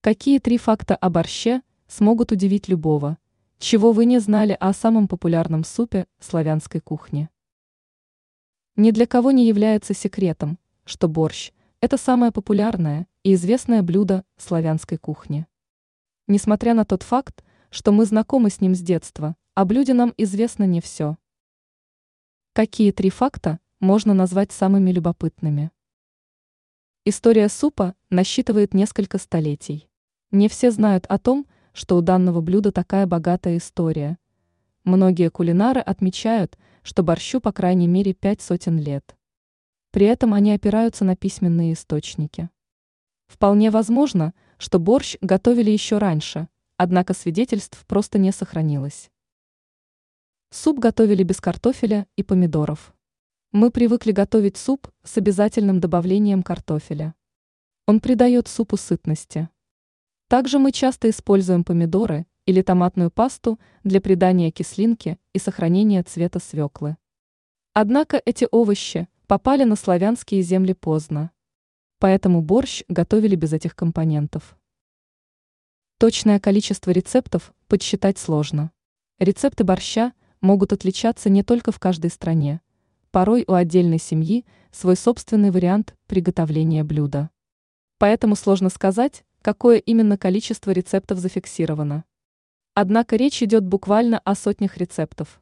Какие три факта о борще смогут удивить любого? Чего вы не знали о самом популярном супе славянской кухни? Ни для кого не является секретом, что борщ – это самое популярное и известное блюдо славянской кухни. Несмотря на тот факт, что мы знакомы с ним с детства, о блюде нам известно не все. Какие три факта можно назвать самыми любопытными? История супа насчитывает несколько столетий. Не все знают о том, что у данного блюда такая богатая история. Многие кулинары отмечают, что борщу по крайней мере 500 лет. При этом они опираются на письменные источники. Вполне возможно, что борщ готовили еще раньше, однако свидетельств просто не сохранилось. Суп готовили без картофеля и помидоров. Мы привыкли готовить суп с обязательным добавлением картофеля. Он придает супу сытности. Также мы часто используем помидоры или томатную пасту для придания кислинки и сохранения цвета свеклы. Однако эти овощи попали на славянские земли поздно. Поэтому борщ готовили без этих компонентов. Точное количество рецептов подсчитать сложно. Рецепты борща могут отличаться не только в каждой стране. Порой у отдельной семьи свой собственный вариант приготовления блюда. Поэтому сложно сказать, какое именно количество рецептов зафиксировано. Однако речь идет буквально о сотнях рецептов.